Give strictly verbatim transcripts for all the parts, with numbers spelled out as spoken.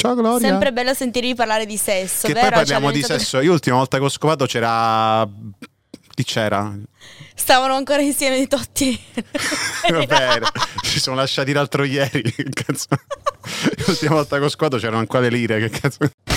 Ciao Gloria. Sempre bello sentirvi parlare di sesso, che vero? poi parliamo Cioè, di iniziato... sesso. Io l'ultima volta che ho scopato c'era... Chi c'era? Stavano ancora insieme di Totti. Vabbè, ci siamo lasciati l'altro ieri. Cazzo. L'ultima volta che ho scopato c'erano ancora le lire. Che cazzo.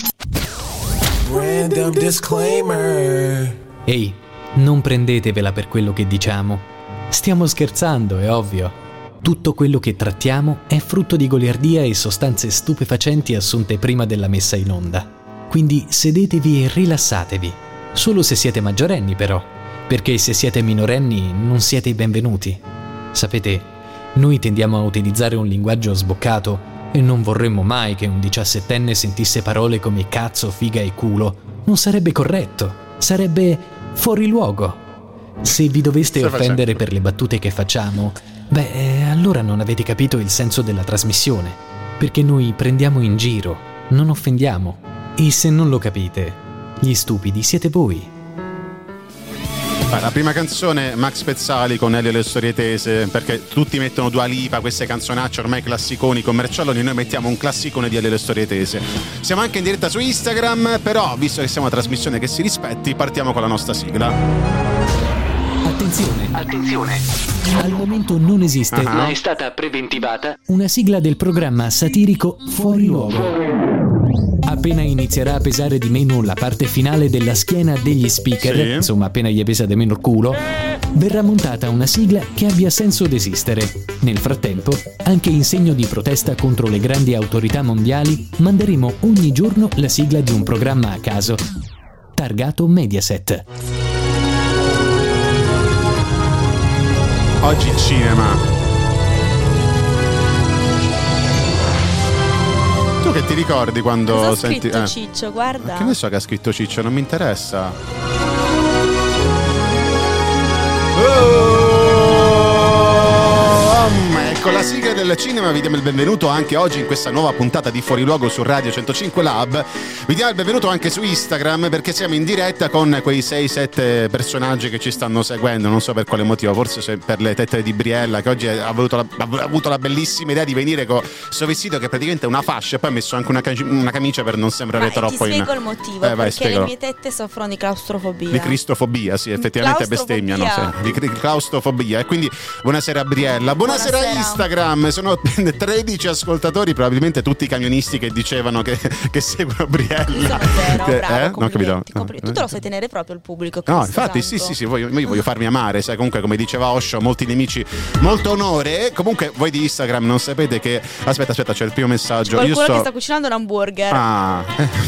Random disclaimer. Ehi, non prendetevela per quello che diciamo. Stiamo scherzando, è ovvio. Tutto quello che trattiamo è frutto di goliardia e sostanze stupefacenti assunte prima della messa in onda. Quindi sedetevi e rilassatevi. Solo se siete maggiorenni, però, perché se siete minorenni non siete i benvenuti. Sapete, noi tendiamo a utilizzare un linguaggio sboccato e non vorremmo mai che un diciassettenne sentisse parole come cazzo, figa e culo. Non sarebbe corretto, sarebbe fuori luogo. Se vi doveste Sta offendere facendo. per le battute che facciamo, beh, eh, allora non avete capito il senso della trasmissione, perché noi prendiamo in giro, non offendiamo. E se non lo capite, gli stupidi siete voi. La prima canzone, Max Pezzali con Elio e le storie tese, perché tutti mettono Dua Lipa, queste canzonacce ormai classiconi commercialoni, noi mettiamo un classicone di Elio e le storie tese. Siamo anche in diretta su Instagram, però visto che siamo una trasmissione che si rispetti, partiamo con la nostra sigla. Attenzione, attenzione. Al momento non esiste, Uh-huh. ma è stata preventivata, una sigla del programma satirico Fuori Luogo. Appena inizierà a pesare di meno la parte finale della schiena degli speaker, Sì. insomma appena gli pesa di meno il culo, verrà montata una sigla che abbia senso d'esistere. Nel frattempo, anche in segno di protesta contro le grandi autorità mondiali, manderemo ogni giorno la sigla di un programma a caso, targato Mediaset. Oggi cinema. Tu che ti ricordi quando Cosa ha senti... scritto eh. Ciccio? Guarda. Che ne so che ha scritto Ciccio, non mi interessa. Oh, ecco la sigla del cinema, vi diamo il benvenuto anche oggi in questa nuova puntata di Fuori Luogo su Radio centocinque Lab. Vi diamo il benvenuto anche su Instagram perché siamo in diretta con quei sei sette personaggi che ci stanno seguendo, non so per quale motivo, forse se per le tette di Briella che oggi ha avuto la, ha avuto la bellissima idea di venire con questo vestito che è praticamente una fascia e poi ha messo anche una, una camicia per non sembrare Ma troppo ti spiego in... il motivo, Eh, vai, perché spiegalo. le mie tette soffrono di claustrofobia. Di cristofobia, sì, effettivamente Claustrofobia. bestemmiano, sì, di cri- claustrofobia. E quindi buonasera Briella, buonasera, Buonasera. Instagram. Sono tredici ascoltatori, probabilmente tutti i camionisti che dicevano che, che seguono Briella. Sono zero, Che- bravo, eh? Non complimenti, capito. complimenti. Tu te lo sai tenere proprio il pubblico. No, Cristo infatti santo. sì, sì, sì, voglio, io voglio farmi amare, sai, comunque come diceva Osho, molti nemici, molto onore. Comunque voi di Instagram non sapete che... Aspetta, aspetta, c'è il primo messaggio. Qualcuno Io sto... che sta cucinando un hamburger. Ah,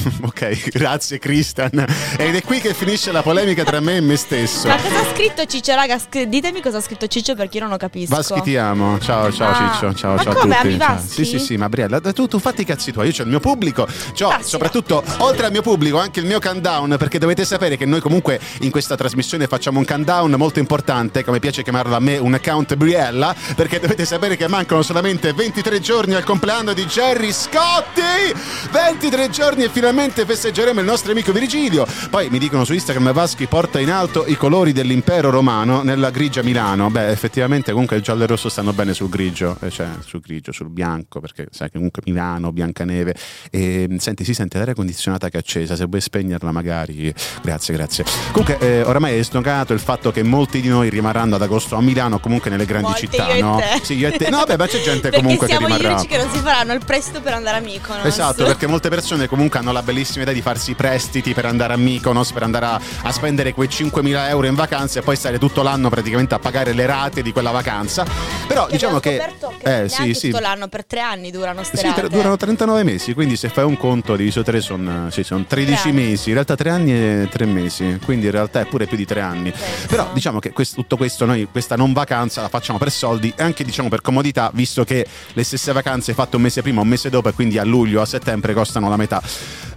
ok, grazie Christian. Ed è qui che finisce la polemica tra me e me stesso. Ma cosa ha scritto Ciccio, raga? Sc- ditemi cosa ha scritto Ciccio perché io non lo capisco. Vaschi ti amo, ciao ciao Ah. Ciccio, ciao Ma ciao come, a tutti. ami Ciao. Vaschi? Sì sì sì, ma Briella, tu, tu fatti i cazzi tuoi, io c'ho il mio pubblico, c'ho Tassila. soprattutto oltre al mio pubblico anche il mio countdown, perché dovete sapere che noi comunque in questa trasmissione facciamo un countdown molto importante, come piace chiamarlo a me, un count Briella, perché dovete sapere che mancano solamente ventitré giorni al compleanno di Gerry Scotti, ventitré giorni e finalmente festeggeremo il nostro amico Virgilio. Poi mi dicono su Instagram Vaschi porta in alto i colori dell'impero romano nella grigia Milano. Beh, effettivamente comunque il giallo e il rosso stanno bene sul grigio, eh, cioè sul grigio, sul bianco, perché sai che comunque Milano, Biancaneve. E senti, si sente l'aria condizionata che è accesa, se vuoi spegnerla magari. Grazie, grazie. Comunque eh, oramai è snoccato il fatto che molti di noi rimarranno ad agosto a Milano, comunque nelle grandi Molti, città, io e no? te. Sì, io e te. No, beh, ma c'è gente Perché comunque che siamo gli rimarrà. unici che non si faranno il prestito per andare a Mykonos. Esatto, perché molte persone comunque hanno la bellissima idea di farsi i prestiti per andare a Mykonos, per andare a, a spendere quei cinquemila euro in vacanza e poi stare tutto l'anno praticamente a pagare le rate di quella vacanza. Però diciamo che, che eh, sì, sì. tutto l'anno, per tre anni durano ste Sì, rate. tre- durano trentanove mesi, quindi se fai un conto diviso tre sono sì, son tredici Tre anni. mesi, in realtà tre anni e tre mesi, quindi in realtà è pure più di tre anni. Penso. Però diciamo che questo- tutto questo noi, questa non vacanza la facciamo per soldi e anche diciamo per comodità, visto che le stesse vacanze fatte un mese prima, un mese dopo e quindi a luglio, a settembre costano la metà.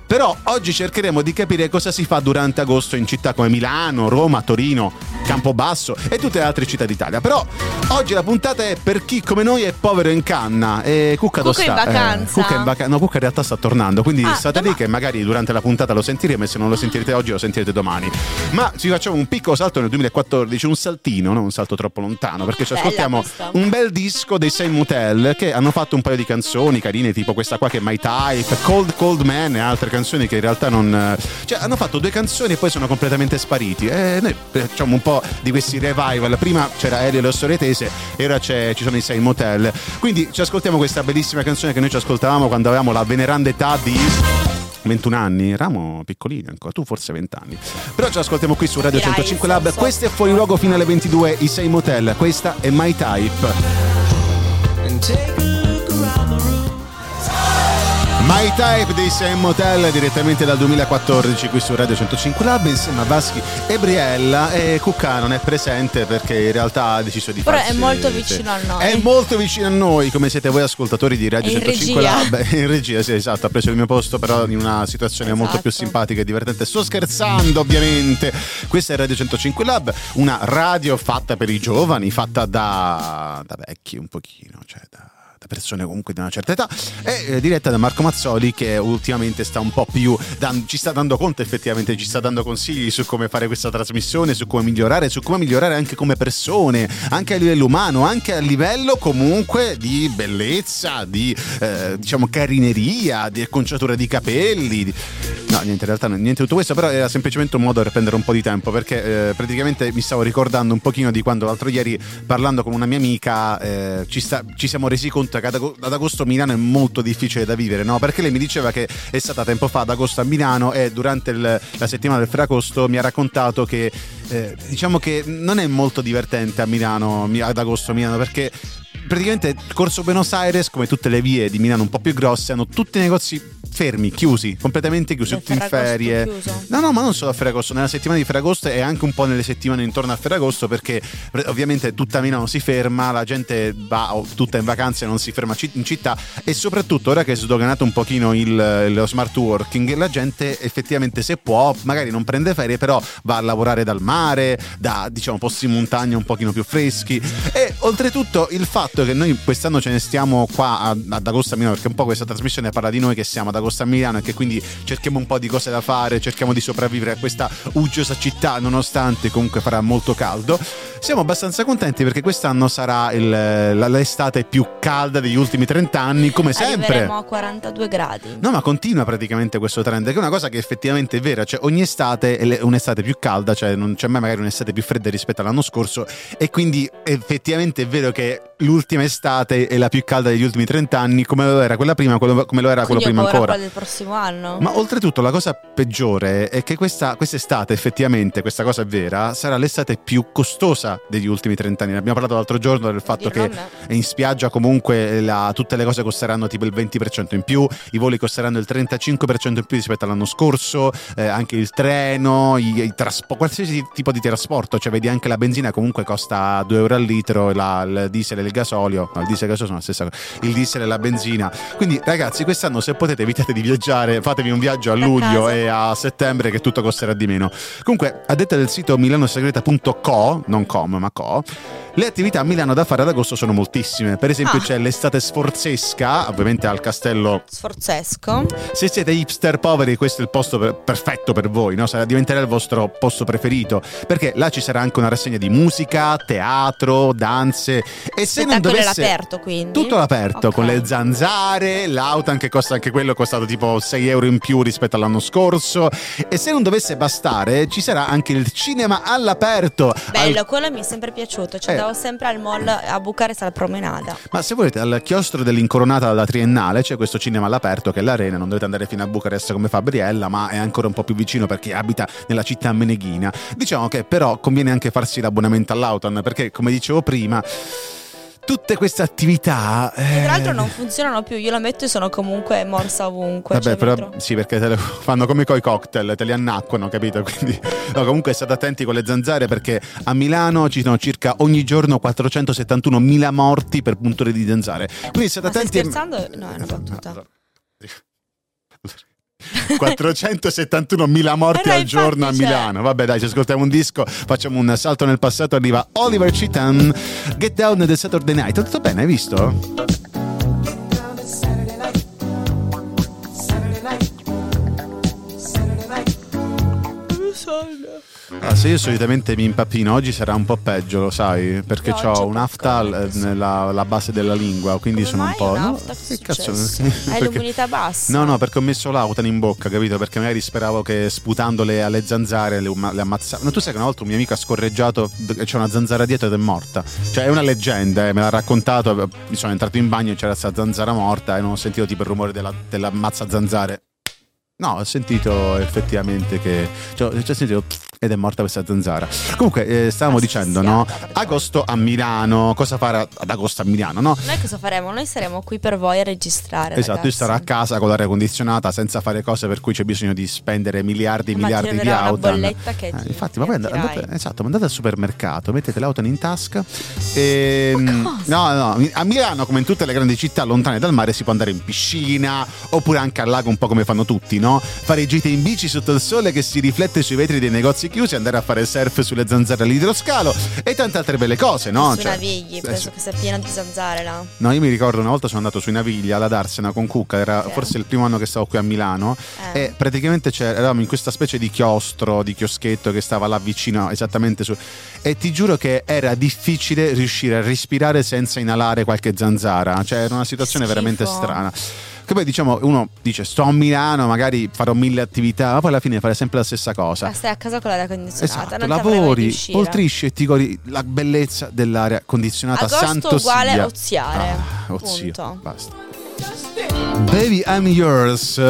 Però oggi cercheremo di capire cosa si fa durante agosto in città come Milano, Roma, Torino, Campobasso e tutte le altre città d'Italia. Però oggi la puntata è per chi come noi è povero in canna. E Cucca dove sta? Cucca in vacanza. Eh, Cucca in vacanza. No, Cucca in realtà sta tornando, quindi Ah, state lì che magari durante la puntata lo sentiremo, e se non lo sentirete oggi lo sentirete domani. Ma ci facciamo un piccolo salto nel duemilaquattordici, un saltino, non un salto troppo lontano, perché ci Bella ascoltiamo questa. un bel disco dei Same Hotel, che hanno fatto un paio di canzoni carine, tipo questa qua che è My Type, Cold Cold Man e altre canzoni che in realtà non... Cioè hanno fatto due canzoni e poi sono completamente spariti. E noi facciamo un po' di questi revival. Prima c'era Elio e le Storie Tese e ora c'è, ci sono i Same Hotel. Quindi ci ascoltiamo questa bellissima canzone che noi ci ascoltavamo quando avevamo la veneranda età di ventuno anni, eravamo piccolini ancora, tu forse venti anni. Però ce l'ascoltiamo qui su Radio Dirai, centocinque Lab. so, so. Questo è Fuori Luogo fino alle ventidue, i Same Hotel. Questa è My Type. My Type dei Same Hotel, direttamente dal duemilaquattordici qui su Radio centocinque Lab, insieme a Vaschi e Briella. E Cucca non è presente perché in realtà ha deciso di Però farsi... è molto vicino a noi. È molto vicino a noi, come siete voi ascoltatori di Radio È in centocinque regia. Lab. In regia, sì, esatto, ha preso il mio posto, però in una situazione Esatto. molto più simpatica e divertente. Sto scherzando, ovviamente. Questa è Radio centocinque Lab, una radio fatta per i giovani, fatta da, da vecchi un pochino, cioè da... da persone comunque di una certa età, è eh, diretta da Marco Mazzoli, che ultimamente sta un po' più dan- ci sta dando conto, effettivamente ci sta dando consigli su come fare questa trasmissione, su come migliorare, su come migliorare anche come persone, anche a livello umano, anche a livello comunque di bellezza, di eh, diciamo carineria, di acconciatura di capelli, di... no niente, in realtà niente di tutto questo, però era semplicemente un modo per prendere un po' di tempo, perché eh, praticamente mi stavo ricordando un pochino di quando l'altro ieri, parlando con una mia amica, eh, ci, sta, ci siamo resi conto che ad ag- ad agosto a Milano è molto difficile da vivere, no? Perché lei mi diceva che è stata tempo fa ad agosto a Milano e durante il, la settimana del Ferragosto mi ha raccontato che eh, diciamo che non è molto divertente a Milano, ad agosto a Milano, perché praticamente Corso Buenos Aires, come tutte le vie di Milano un po' più grosse, hanno tutti i negozi fermi, chiusi, completamente chiusi, Del tutti in Ferragosto ferie. chiuso. No, no, ma non solo a Ferragosto, nella settimana di Ferragosto e anche un po' nelle settimane intorno a Ferragosto, perché ovviamente tutta Milano si ferma, la gente va tutta in vacanza e non si ferma in città, e soprattutto ora che è sdoganato un pochino il, lo smart working, la gente effettivamente, se può, magari non prende ferie, però va a lavorare dal mare, da diciamo posti in montagna un pochino più freschi. E oltretutto il fatto che noi quest'anno ce ne stiamo qua ad, ad agosto a Milano, perché un po' questa trasmissione parla di noi che siamo ad agosto a Milano e che quindi cerchiamo un po' di cose da fare, cerchiamo di sopravvivere a questa uggiosa città nonostante comunque farà molto caldo. Siamo abbastanza contenti perché quest'anno sarà il, l'estate più calda degli ultimi trenta anni, come sempre. Arriveremo a quarantadue gradi. No, ma continua praticamente questo trend, che è una cosa che effettivamente è vera, cioè ogni estate è un'estate più calda, cioè non c'è mai magari un'estate più fredda rispetto all'anno scorso, e quindi effettivamente è vero che l'ultima estate è la più calda degli ultimi trenta anni, come lo era quella prima, come lo era quello Quindi prima ho paura ancora. quella del prossimo anno. Ma oltretutto la cosa peggiore è che questa quest'estate, effettivamente, questa cosa è vera, sarà l'estate più costosa degli ultimi trenta anni. Ne abbiamo parlato l'altro giorno del fatto Dirlo che a in spiaggia comunque la, tutte le cose costeranno tipo il venti per cento in più, i voli costeranno il trentacinque per cento in più rispetto all'anno scorso, eh, anche il treno, i, i traspo- qualsiasi tipo di trasporto, cioè vedi anche la benzina comunque costa due euro al litro, la, il diesel e il gasolio, no, il diesel e il gasolio sono la stessa cosa, il diesel e la benzina. Quindi ragazzi, quest'anno se potete evitate di viaggiare, fatevi un viaggio a luglio casa. e a settembre che tutto costerà di meno. Comunque, a detta del sito milanosegreta punto co, non com ma co, le attività a Milano da fare ad agosto sono moltissime. Per esempio Ah. c'è l'estate sforzesca, ovviamente al castello. Sforzesco. Se siete hipster poveri, questo è il posto per- perfetto per voi, no? Sarà, diventerà il vostro posto preferito, perché là ci sarà anche una rassegna di musica, teatro, danze, e se non Spettacolo dovesse... all'aperto, quindi. Tutto all'aperto, Ok. con le zanzare, l'auto che costa anche quello, è costato tipo sei euro in più rispetto all'anno scorso, e se non dovesse bastare ci sarà anche il cinema all'aperto. Bello, Al- quello mi è sempre piaciuto. Ci Eh. andavo sempre al mall a Bucarest alla promenada. Ma se volete, al chiostro dell'Incoronata alla Triennale c'è questo cinema all'aperto che è l'Arena, non dovete andare fino a Bucarest come fa Briella, ma è ancora un po' più vicino perché abita nella città meneghina. Diciamo che però conviene anche farsi l'abbonamento all'Auton, perché come dicevo prima, tutte queste attività E eh... tra l'altro non funzionano più, io lo metto e sono comunque morsa ovunque. Vabbè, cioè però metro- sì, perché te le fanno come coi cocktail, te li annacquano, capito? Quindi no, comunque state attenti con le zanzare, perché a Milano ci sono circa ogni giorno quattrocentosettantunomila morti per punture di zanzare. Quindi state Ma stai attenti. scherzando? No, è una battuta. No, allora- quattrocentosettantunomila morti Però al giorno a infatti, cioè- Milano. Vabbè, dai, ci ascoltiamo un disco, facciamo un salto nel passato, arriva Oliver Cheatham, Get Down the Saturday Night. Tutto bene, hai visto? Ah, se io solitamente mi impappino, oggi sarà un po' peggio, lo sai, perché No, ho oggi è un'afta popcorn, sì. nella la base della lingua, quindi Come sono mai un po'. un'afta? No, Che che cazzo? successo? Hai Perché- l'immunità bassa? No, no, perché ho messo l'autan in bocca, capito? Perché magari speravo che sputandole alle zanzare le, le ammazzavano. No, tu sai che una volta un mio amico ha scorreggiato, c'è una zanzara dietro ed è morta. Cioè è una leggenda, eh, me l'ha raccontato, mi sono entrato in bagno e c'era questa zanzara morta e non ho sentito tipo il rumore della, della mazza zanzare. No, ho sentito effettivamente che cioè, c'ho sentito ed è morta questa zanzara. Comunque eh, stavamo dicendo, no? Agosto a Milano, cosa fare ad agosto a Milano, no? Noi cosa faremo? Noi saremo qui per voi a registrare. Esatto, ragazzi. io starò a casa con l'aria condizionata senza fare cose per cui c'è bisogno di spendere miliardi e Ma ti miliardi di arriverà una autan. bolletta che Eh, ti infatti, ma poi andate, divertirai. andate- esatto, ma andate al supermercato, mettete l'autan in tasca e Ma cosa? no, no, a Milano come in tutte le grandi città lontane dal mare si può andare in piscina oppure anche al lago un po' come fanno tutti, no? Fare gite in bici sotto il sole che si riflette sui vetri dei negozi chiusi, andare a fare surf sulle zanzare all'idroscalo e tante altre belle cose, no? Su Cioè, Navigli, eh, penso che sia pieno di zanzare là. No, io mi ricordo una volta sono andato sui Navigli alla Darsena con Cucca, era Sì. forse il primo anno che stavo qui a Milano Eh. e praticamente c'era- eravamo in questa specie di chiostro, di chioschetto che stava là vicino esattamente su e ti giuro che era difficile riuscire a respirare senza inalare qualche zanzara, cioè era una situazione Schifo. veramente strana. Che poi diciamo uno dice sto a Milano, magari farò mille attività, ma poi alla fine fare sempre la stessa cosa. Ma stai a casa con l'aria condizionata. Esatto, non t'avrei mai di lavori, uscire. poltrisci e ti godi la bellezza dell'aria condizionata. Agosto Santo uguale sia. oziare. Ah, ozio, Punto. basta. Baby I'm Yours,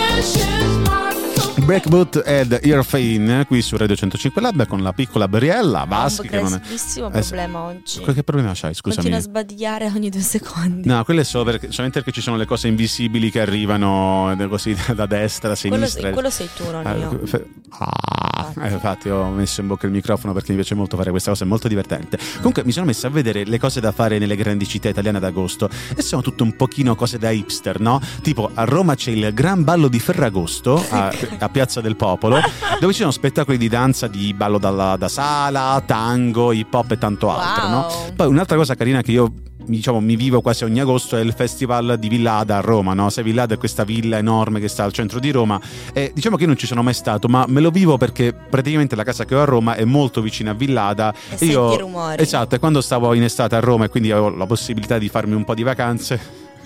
Breakboot ed Earfane qui su Radio centocinque Lab con la piccola Briella Vaschi Ho che un non è... grandissimo Eh, sì. problema oggi. Che problema c'hai, scusami? Continua a sbadigliare ogni due secondi. No, quello è solo perché, solamente perché ci sono le cose invisibili che arrivano eh, così da destra, da quello, sinistra. quello sei tu, non Eh, io. fe- Ah, eh, infatti ho messo in bocca il microfono perché mi piace molto fare questa cosa, è molto divertente. Comunque mi sono messa a vedere le cose da fare nelle grandi città italiane ad agosto e sono tutte un pochino cose da hipster, no? Tipo a Roma c'è il Gran Ballo di Ferragosto a, a Piazza del Popolo, dove ci sono spettacoli di danza, di ballo dalla, da sala, tango, hip hop e tanto altro, Wow. no? Poi un'altra cosa carina che io diciamo mi vivo quasi ogni agosto è il festival di Villada a Roma, no? Sai, Villada è questa villa enorme che sta al centro di Roma e diciamo che io non ci sono mai stato, ma me lo vivo perché praticamente la casa che ho a Roma è molto vicina a Villada E senti io i rumori. esatto, e quando stavo in estate a Roma e quindi avevo la possibilità di farmi un po' di vacanze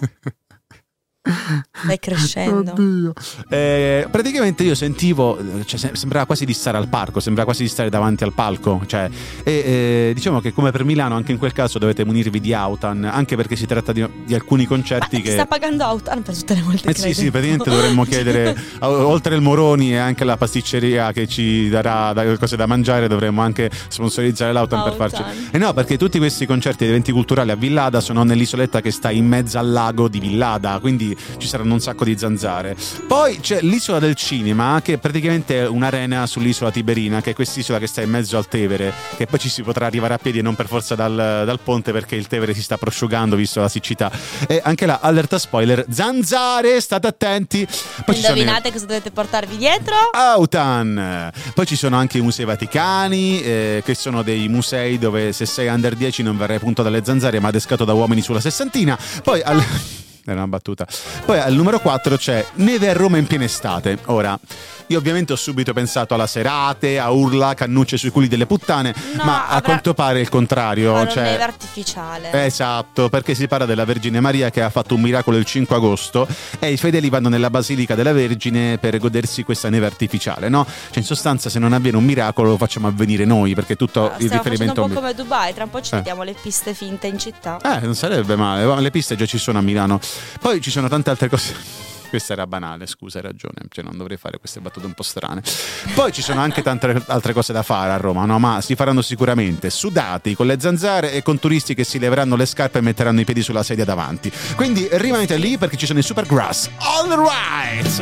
Stai crescendo. Oddio. Eh, praticamente io sentivo, cioè, sem- sembrava quasi di stare al parco, sembrava quasi di stare davanti al palco, cioè, e eh, diciamo che come per Milano anche in quel caso dovete munirvi di autan, anche perché si tratta di, di alcuni concerti Ma che... ti sta pagando Autan per tutte le volte Eh che sì, l'hai sì, detto. praticamente dovremmo chiedere, o- oltre il Moroni e anche la pasticceria che ci darà da- cose da mangiare, dovremmo anche sponsorizzare l'autan per farci... Autan. Eh no, perché tutti questi concerti ed eventi culturali a Villada sono nell'isoletta che sta in mezzo al lago di Villada, quindi ci saranno un sacco di zanzare. Poi c'è l'isola del cinema, che praticamente è un'arena sull'isola Tiberina, che è quest'isola che sta in mezzo al Tevere, che poi ci si potrà arrivare a piedi e non per forza dal, dal ponte, perché il Tevere si sta prosciugando visto la siccità. E anche là, allerta spoiler, zanzare, state attenti. Poi ci sono i- Indovinate cosa dovete portarvi dietro? Autan. Poi ci sono anche i musei vaticani, eh, che sono dei musei dove se sei under dieci non verrai punto dalle zanzare ma adescato da uomini sulla sessantina. Poi al... Era una battuta. Poi al numero quattro c'è neve a Roma in piena estate. Ora, io ovviamente ho subito pensato alla serate, a urla, cannucce sui culi delle puttane, No, ma a avrà- quanto pare è il contrario. Ma non cioè... neve artificiale. Esatto, perché si parla della Vergine Maria che ha fatto un miracolo il cinque agosto e i fedeli vanno nella Basilica della Vergine per godersi questa neve artificiale, no? Cioè in sostanza se non avviene un miracolo lo facciamo avvenire noi, perché tutto Ah, il stiamo riferimento... facendo un po' come Dubai, tra un po' ci Eh. vediamo le piste finte in città. Eh, non sarebbe male, le piste già ci sono a Milano. Poi ci sono tante altre cose... Questa era banale, scusa, hai ragione, cioè non dovrei fare queste battute un po' strane. Poi ci sono anche tante altre cose da fare a Roma, no? Ma si faranno sicuramente sudati con le zanzare e con turisti che si leveranno le scarpe e metteranno i piedi sulla sedia davanti. Quindi rimanete lì perché ci sono i Supergrass. All right!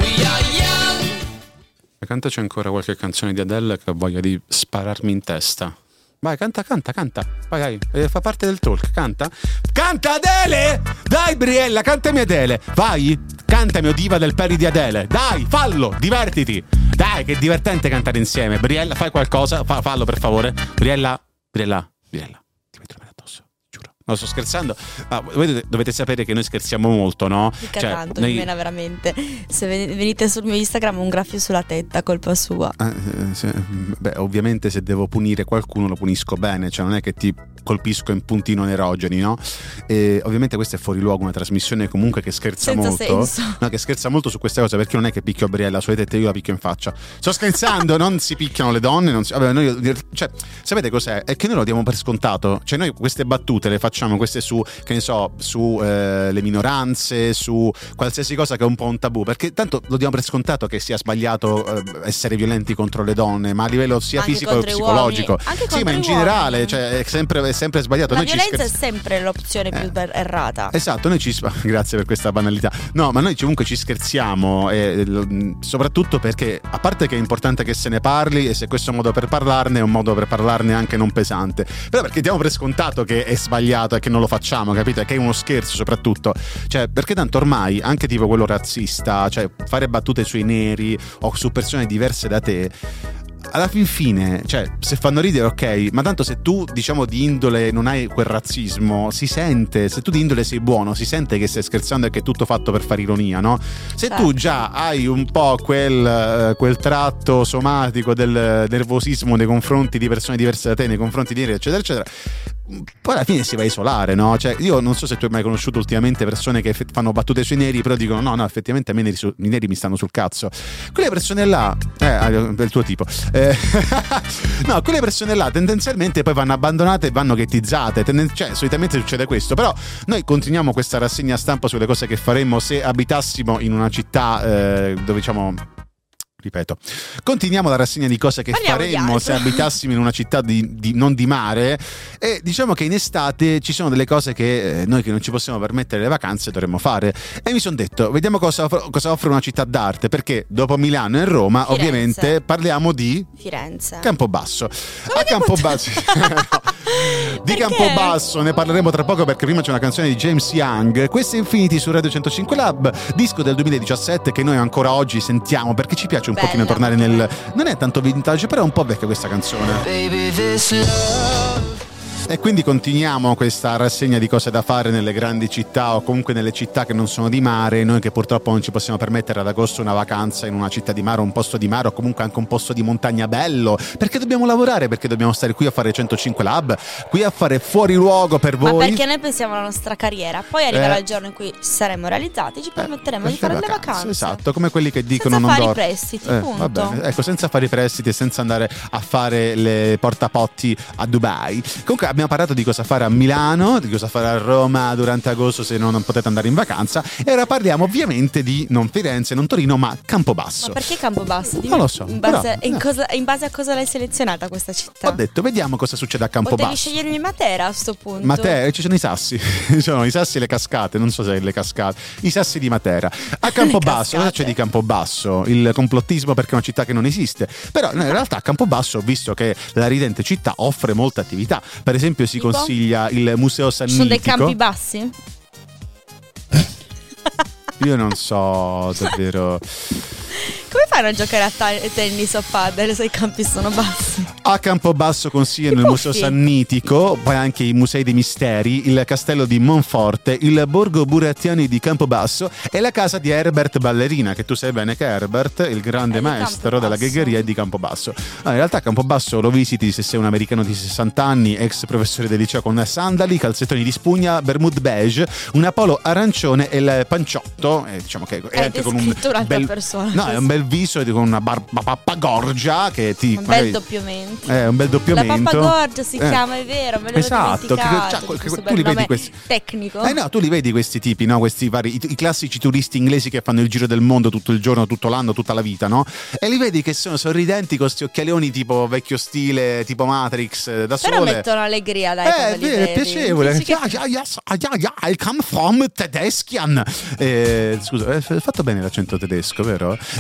Cantaci ancora qualche canzone di Adele che ho voglia di spararmi in testa. Vai, canta, canta, canta. Vai, vai. Eh, fa parte del talk, canta. Canta Adele! Dai, Briella, cantami Adele. Vai, Cantami O Diva del Peri di Adele. Dai, fallo, divertiti. Dai, che è divertente cantare insieme. Briella, fai qualcosa, fa, fallo per favore. Briella, Briella, Briella, ti metto la mano addosso, giuro. No, sto scherzando. Ma voi dovete, dovete sapere che noi scherziamo molto, no? Mica Cioè, tanto, noi... Mena, veramente. Se venite sul mio Instagram un graffio sulla testa, colpa sua. Eh, se, beh, ovviamente se devo punire qualcuno lo punisco bene, cioè non è che ti colpisco in punti non erogeni, no? E ovviamente questo è fuori luogo, una trasmissione comunque che scherza Senza molto, senso. no, che scherza molto su queste cose, perché non è che picchio a Briella sulle tette, io la picchio in faccia. Sto scherzando, non si picchiano le donne, non si... Vabbè, noi, cioè, sapete cos'è? È che noi lo diamo per scontato, cioè noi queste battute le facciamo, queste su, che ne so, su eh, le minoranze, su qualsiasi cosa che è un po' un tabù, perché tanto lo diamo per scontato che sia sbagliato eh, essere violenti contro le donne, ma a livello sia Anche fisico che contro i psicologico. uomini. Anche Sì, contro ma in i generale, uomini. cioè, è sempre, è sempre sbagliato. La Noi ci violenza scherz- è sempre l'opzione più Eh. errata. Esatto, noi ci grazie per questa banalità. No, ma noi comunque ci scherziamo e, l- soprattutto perché, a parte che è importante che se ne parli, e se questo è un modo per parlarne, è un modo per parlarne anche non pesante. Però perché diamo per scontato che è sbagliato e che non lo facciamo, capito? E che è uno scherzo soprattutto. Cioè, perché tanto ormai anche tipo quello razzista, cioè fare battute sui neri o su persone diverse da te, alla fin fine, cioè, se fanno ridere, ok, ma tanto se tu, diciamo, di indole non hai quel razzismo, si sente, se tu di indole sei buono, si sente che stai scherzando e che è tutto fatto per fare ironia, no? Se Certo. tu già hai un po' quel, quel tratto somatico del nervosismo nei confronti di persone diverse da te, nei confronti di neri, eccetera, eccetera, poi alla fine si va a isolare, no? Cioè, io non so se tu hai mai conosciuto ultimamente persone che fanno battute sui neri, però dicono no, no, effettivamente a me i neri, su- i neri mi stanno sul cazzo. Quelle persone là, eh, del tuo tipo, eh, no, quelle persone là tendenzialmente poi vanno abbandonate e vanno ghettizzate, Tenden- cioè solitamente succede questo. Però noi continuiamo questa rassegna stampa sulle cose che faremmo se abitassimo in una città eh, dove, diciamo, ripeto, continuiamo la rassegna di cose che Parliamo di faremmo altro. se abitassimo in una città di, di- non di mare, e diciamo che in estate ci sono delle cose che eh, noi che non ci possiamo permettere le vacanze dovremmo fare, e mi sono detto vediamo cosa, offre- cosa offre una città d'arte, perché dopo Milano e Roma Firenze. ovviamente parliamo di Firenze. Campobasso. Come A che Campobasso no. Di Perché? Campobasso ne parleremo tra poco, perché prima c'è una canzone di James Young. Questo è Infinity su Radio centocinque Lab, disco del duemiladiciassette che noi ancora oggi sentiamo perché ci piace un Bella. pochino tornare nel... Non è tanto vintage, però è un po' vecchia questa canzone. Baby, this love. E quindi continuiamo questa rassegna di cose da fare nelle grandi città, o comunque nelle città che non sono di mare. Noi che purtroppo non ci possiamo permettere ad agosto una vacanza in una città di mare, un posto di mare, o comunque anche un posto di montagna bello, perché dobbiamo lavorare, perché dobbiamo stare qui a fare centocinque Lab, qui a fare fuori luogo per Ma voi. perché noi pensiamo alla nostra carriera, poi arriverà Eh. il giorno in cui saremo realizzati, ci permetteremo Eh, di fare le le vacanze. Esatto, come quelli che dicono Senza non fare i dor- prestiti, Eh, punto. va bene. Ecco, senza fare i prestiti e senza andare a fare le portapotti a Dubai. Comunque abbiamo parlato di cosa fare a Milano, di cosa fare a Roma durante agosto se non potete andare in vacanza, e ora parliamo ovviamente di non Firenze, non Torino, ma Campobasso. Ma perché Campobasso? Dimmi Non lo so, In base, però, in eh. cosa- in base a cosa l'hai selezionata questa città? Ho detto, vediamo cosa succede a Potevi Campobasso. scegliermi Matera a sto punto. Matera, ci sono i sassi, ci sono i sassi e le cascate, non so se le cascate, i sassi di Matera. A Campobasso, cosa c'è di Campobasso? Il complottismo perché è una città che non esiste. Però in realtà a Campobasso, visto che la ridente città offre molte attività, per esempio si Tipo? consiglia il Museo Ci sono dei Sannitico. campi bassi? Io non so davvero. Come fanno a giocare a ta- tennis o padel se i campi sono bassi? A Campobasso consigliano il I Museo puffi. Sannitico, poi anche i Musei dei Misteri, il Castello di Monforte, il Borgo Burattiani di Campobasso e la casa di Herbert Ballerina, che tu sai bene che Herbert, il grande È di maestro della Campobasso. ghegheria, è di Campobasso. Allora, in realtà Campobasso lo visiti se sei un americano di sessanta anni, ex professore del liceo con sandali, calzettoni di spugna, bermude beige, una polo arancione e il panciotto, e diciamo che è Hai anche con un descritto un'altra bel persona. No, è un bel viso e con una barba pappagorgia che ti Un magari- bel doppiamento. è un bel La doppiamento. Pappagorgia si Eh. chiama, è vero, me l'avevo Esatto, che- dimenticato. cioè, que- Questo tu bel li vedi nome questi tecnico. Eh no, tu li vedi questi tipi, no? Questi vari, i, i classici turisti inglesi che fanno il giro del mondo tutto il giorno, tutto l'anno, tutta la vita, no? E li vedi che sono sorridenti con questi occhialeoni tipo vecchio stile, tipo Matrix, eh, da Però sole. mettono allegria, dai, Eh, quando è li vero, è vedi. piacevole. Dici che- Ja, ja, yes, ah, ja, ja, I come from Tedeschian. Eh, scusa, hai fatto bene l'accento tedesco, vero?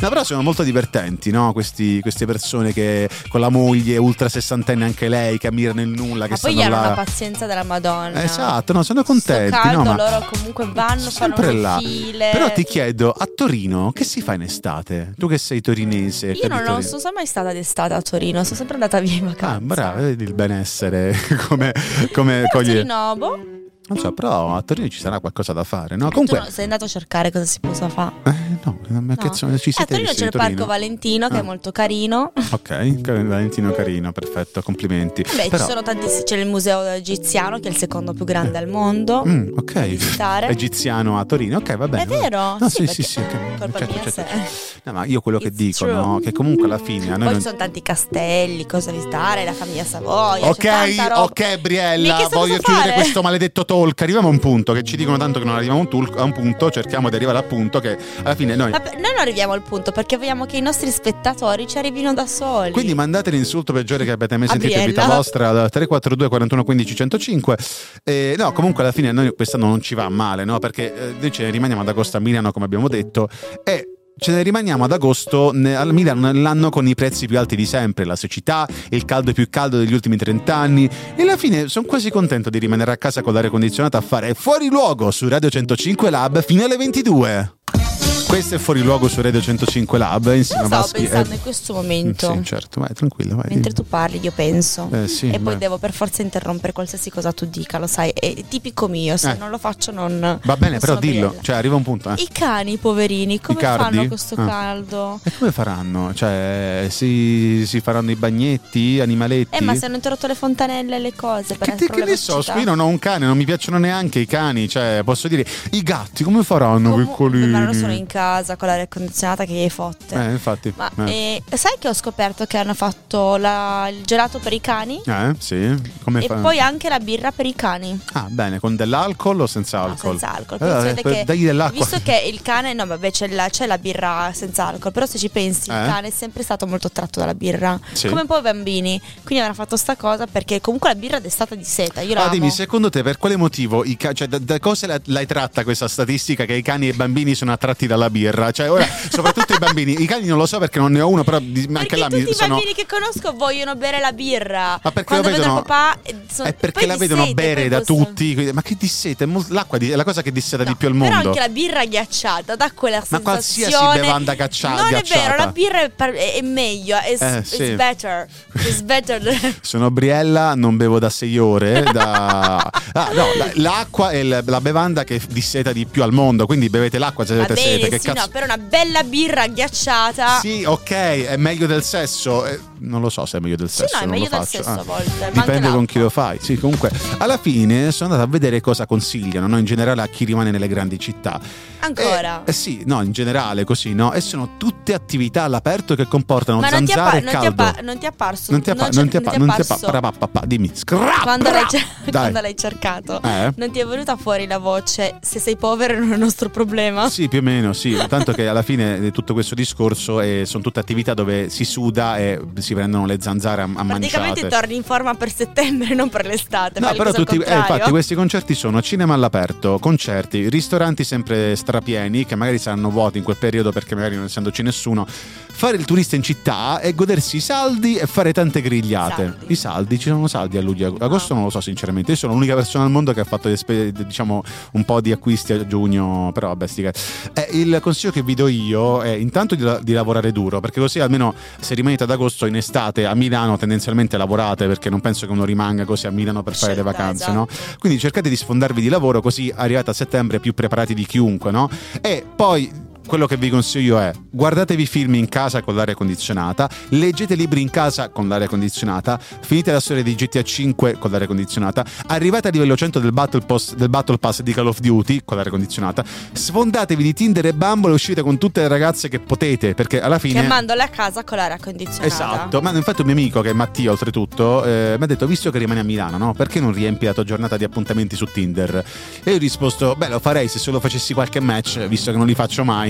No, però sono molto divertenti, no? Questi, queste persone che con la moglie ultra sessantenne anche lei che ammirano il nulla, che ma poi stanno hanno là. una pazienza della Madonna. Esatto, no, sono contenti. Sto caldo, no, ma loro comunque vanno, fanno sempre le là. file. Però ti chiedo, a Torino che si fa in estate? Tu che sei torinese. Io non, non sono mai stata d'estate a Torino, sono sempre andata via in vacanza. Ah, brava, vedi il benessere come, come coglie. Torino, boh. Non so, però a Torino ci sarà qualcosa da fare, no? E Comunque tu no, sei andato a cercare cosa si possa fare? Eh, no, ma che No. sono- ci Eh, a siete Torino visti c'è il di Torino? Parco Valentino che Ah. è molto carino. Ok, Valentino carino, perfetto, complimenti. Beh, Però- ci sono tantissimi. C'è il museo egiziano che è il secondo più grande al mondo. Mm, ok, da visitare. egiziano a Torino, ok, va bene. È vero? No, Sì, sì, sì, perché- sì, ok, colpa certo, mia certo. se- No, ma io quello che It's dico, true. no, che comunque alla fine a noi Poi non- ci sono tanti castelli, cose da visitare, la famiglia Savoia. Ok, c'è tanta roba. ok, Mica Briella, so voglio cosa chiudere fare. questo maledetto talk. Arriviamo a un punto che ci dicono tanto che non arriviamo a un, tul- a un punto, cerchiamo di arrivare al punto che alla fine noi. Vabbè, noi non arriviamo al punto perché vogliamo che i nostri spettatori ci arrivino da soli. Quindi mandate l'insulto peggiore che abbiate mai A sentito in vita Briella. vostra al tre quattro due quarantuno quindici centocinque. Eh, no, comunque alla fine a noi quest'anno non ci va male, no? Perché eh, noi ce ne rimaniamo ad agosto a Milano, come abbiamo detto, e ce ne rimaniamo ad agosto ne- al Milano nell'anno con i prezzi più alti di sempre, la siccità, il caldo più caldo degli ultimi trenta anni, e alla fine sono quasi contento di rimanere a casa con l'aria condizionata a fare Fuori Luogo su Radio centocinque Lab fino alle ventidue. Questo è Fuori Luogo su Radio centocinque Lab insieme Lo a stavo Vaschi. pensando eh, in questo momento. Sì, certo, vai tranquillo, vai. Mentre tu parli io penso. Eh, sì, e poi beh. devo per forza interrompere qualsiasi cosa tu dica, lo sai, è tipico mio, se Eh. non lo faccio non Va bene, non però sono dillo, bella. cioè arriva un punto. Eh. I cani poverini, come cardi? fanno questo Ah. caldo? E come faranno? Cioè, si, si faranno i bagnetti, animaletti? Eh, ma se hanno interrotto le fontanelle e le cose per Che, te- che ne so, siccità. io non ho un cane, non mi piacciono neanche i cani, cioè, posso dire, i gatti come faranno, Comu- piccolini? Ma non sono in casa con l'aria condizionata che gli fotte. Eh, infatti. Ma eh. eh, sai che ho scoperto che hanno fatto la- il gelato per i cani? Eh, sì, come E fa? poi anche la birra per i cani. Ah, bene, con dell'alcol o senza No, alcol? senza alcol. Eh, Però si vede per- che, dagli dell'acqua. visto che il cane, no, vabbè, c'è la, c'è la birra senza alcol. Però se ci pensi, Eh? il cane è sempre stato molto attratto dalla birra. Sì. Come un po' i bambini. Quindi avranno fatto sta cosa perché comunque la birra è destata di seta. Io la Ah, amo. dimmi, secondo te per quale motivo i ca- cioè, da, da cosa la- l'hai tratta questa statistica che i cani e i bambini sono attratti dalla birra? Cioè, ora, soprattutto i bambini, i cani non lo so perché non ne ho uno, però di- anche Perché là tutti mi i sono. bambini che conosco vogliono bere la birra. Ma perché Quando lo vedono vedono- il papà eh, sono- È perché poi la di vedono sete, bere poi da possono- tutti, quindi- ma che dissete? È mol- L'acqua di- è la cosa che disseta di No, più al però mondo. anche la birra ghiacciata dà quella Ma sensazione. qualsiasi bevanda ghiaccia- Non ghiacciata. è vero, la birra è, par- è- è meglio. È Eh, sì. it's better. It's better. than- Sono Briella, non bevo da sei ore. Da... Ah, no, la- l'acqua è l- la bevanda che disseta di più al mondo. Quindi bevete l'acqua se Va avete sete. bene, Che sì, cazzo? no, per una bella birra ghiacciata. Sì, ok, è meglio del sesso. Eh, non lo so se è meglio del Sì, sesso. no, è non meglio lo del faccio. sesso Ah. a volte. ma anche Dipende con l'acqua. chi lo fai. Sì, comunque, alla fine sono andato a vedere cosa consigliano, no? In generale a chi rimane nelle grandi città. Ancora. Eh, eh sì, no, in generale così, no? E sono tutte attività all'aperto che comportano Ma non ti, è zanzare appa- e non, ti è caldo. appa- non ti è apparso. Non ti è appa- c'è- non ti è appa- non ti è appa- apparso. parapapapà, dimmi. Scrap, Quando l'hai, cer- Dai. quando l'hai cercato, Eh? non ti è venuta fuori la voce? Se sei povero non è un nostro problema. Sì, più o meno, sì. Tanto che alla fine di tutto questo discorso eh, sono tutte attività dove si suda e si prendono le zanzare a, a Praticamente manciate. torni in forma per settembre, non per l'estate. No, fai le però cose al tutti, eh, contrario. infatti questi concerti sono cinema all'aperto, concerti, ristoranti sempre strapieni che magari saranno vuoti in quel periodo perché magari non essendoci nessuno, fare il turista in città e godersi i saldi e fare tante grigliate. Saldi. I saldi, ci sono saldi a luglio, agosto non lo so sinceramente, io sono l'unica persona al mondo che ha fatto espe- diciamo un po' di acquisti a giugno, però vabbè sti cazzi. Eh, il consiglio che vi do io è intanto di, di lavorare duro, perché così almeno se rimanete ad agosto in estate a Milano tendenzialmente lavorate, perché non penso che uno rimanga così a Milano per fare le Scelta, vacanze, esatto. no? Quindi cercate di sfondarvi di lavoro così arrivate a settembre più preparati di chiunque, no? E poi quello che vi consiglio è guardatevi film in casa con l'aria condizionata, leggete libri in casa con l'aria condizionata, finite la storia di G T A cinque con l'aria condizionata, arrivate a livello cento del Battle Pass, del Battle Pass di Call of Duty con l'aria condizionata, sfondatevi di Tinder e Bumble e uscite con tutte le ragazze che potete, perché alla fine Chiamandole a casa con l'aria condizionata. esatto, ma infatti un mio amico che è Mattia oltretutto eh, mi ha detto visto che rimani a Milano, no? Perché non riempi la tua giornata di appuntamenti su Tinder? E io ho risposto beh lo farei se solo facessi qualche match, visto che non li faccio mai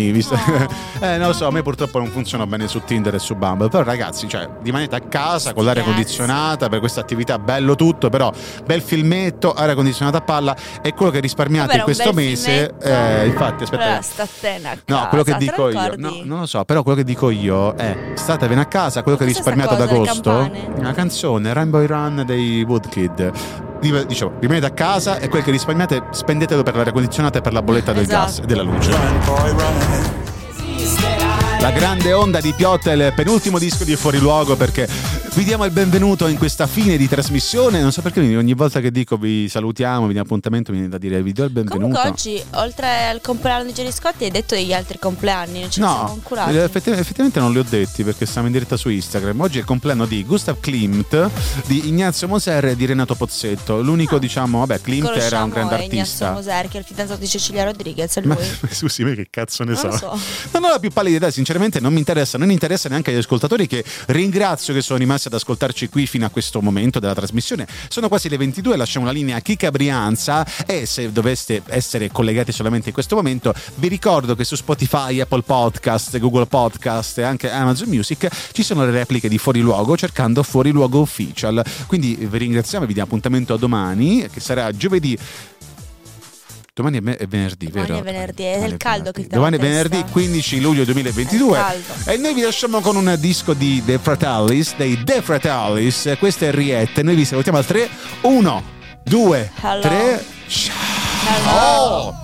mai visto. No. eh non lo so, a me purtroppo non funziona bene su Tinder e su Bumble, però ragazzi, cioè rimanete a casa con l'aria Grazie. condizionata per questa attività, bello tutto, però bel filmetto, aria condizionata a palla, è quello che risparmiate Vabbè, in questo un bel mese. filmetto. Eh, infatti aspetta, Allora, statene a casa. no, quello che te dico lo io, ricordi? no, non lo so, però quello che dico io è statevene a casa, quello che Cos'è risparmiato ad sta cosa, le agosto, campane? una canzone Rainbow Run dei Woodkid. Div- Dicevo, rimanete a casa e quel che risparmiate spendetelo per l'aria condizionata e per la bolletta del Esatto. gas e della luce. La grande onda di Piotta è il penultimo disco di Fuori Luogo, perché vi diamo il benvenuto in questa fine di trasmissione. Non so perché ogni volta che dico vi salutiamo, vi diamo appuntamento, mi viene da dire vi do il benvenuto. Comunque oggi, oltre al compleanno di Gerry Scotti, hai detto degli altri compleanni, non ci siamo No, inculati. effetti- effettivamente non li ho detti perché stiamo in diretta su Instagram. Oggi è il compleanno di Gustav Klimt, di Ignazio Moser e di Renato Pozzetto. L'unico, Ah. diciamo, vabbè, Klimt era Conosciamo un grande Ignazio artista. Moser, che è il fidanzato di Cecilia Rodriguez, è lui. Ma scusi, me che cazzo ne Non so? lo so. Non ho la più pallida idea, sinceramente non mi interessa, non interessa neanche agli ascoltatori, che ringrazio che sono rimasti ad ascoltarci qui fino a questo momento della trasmissione. Sono quasi le ventidue, lasciamo la linea a Chica Brianza e se doveste essere collegati solamente in questo momento vi ricordo che su Spotify, Apple Podcast, Google Podcast e anche Amazon Music ci sono le repliche di Fuori Luogo cercando Fuori Luogo Official. Quindi vi ringraziamo e vi diamo appuntamento a domani, che sarà giovedì. Domani è, me- è venerdì, Domani vero? è venerdì, è Domani il caldo venerdì. che ti dà Domani è la testa. venerdì quindici luglio duemilaventidue È caldo. e noi vi lasciamo con un disco di The Fratellis, dei The Fratellis. Questa è Riette. Noi vi salutiamo al tre, uno, due, Hello. tre. Ciao. Hello.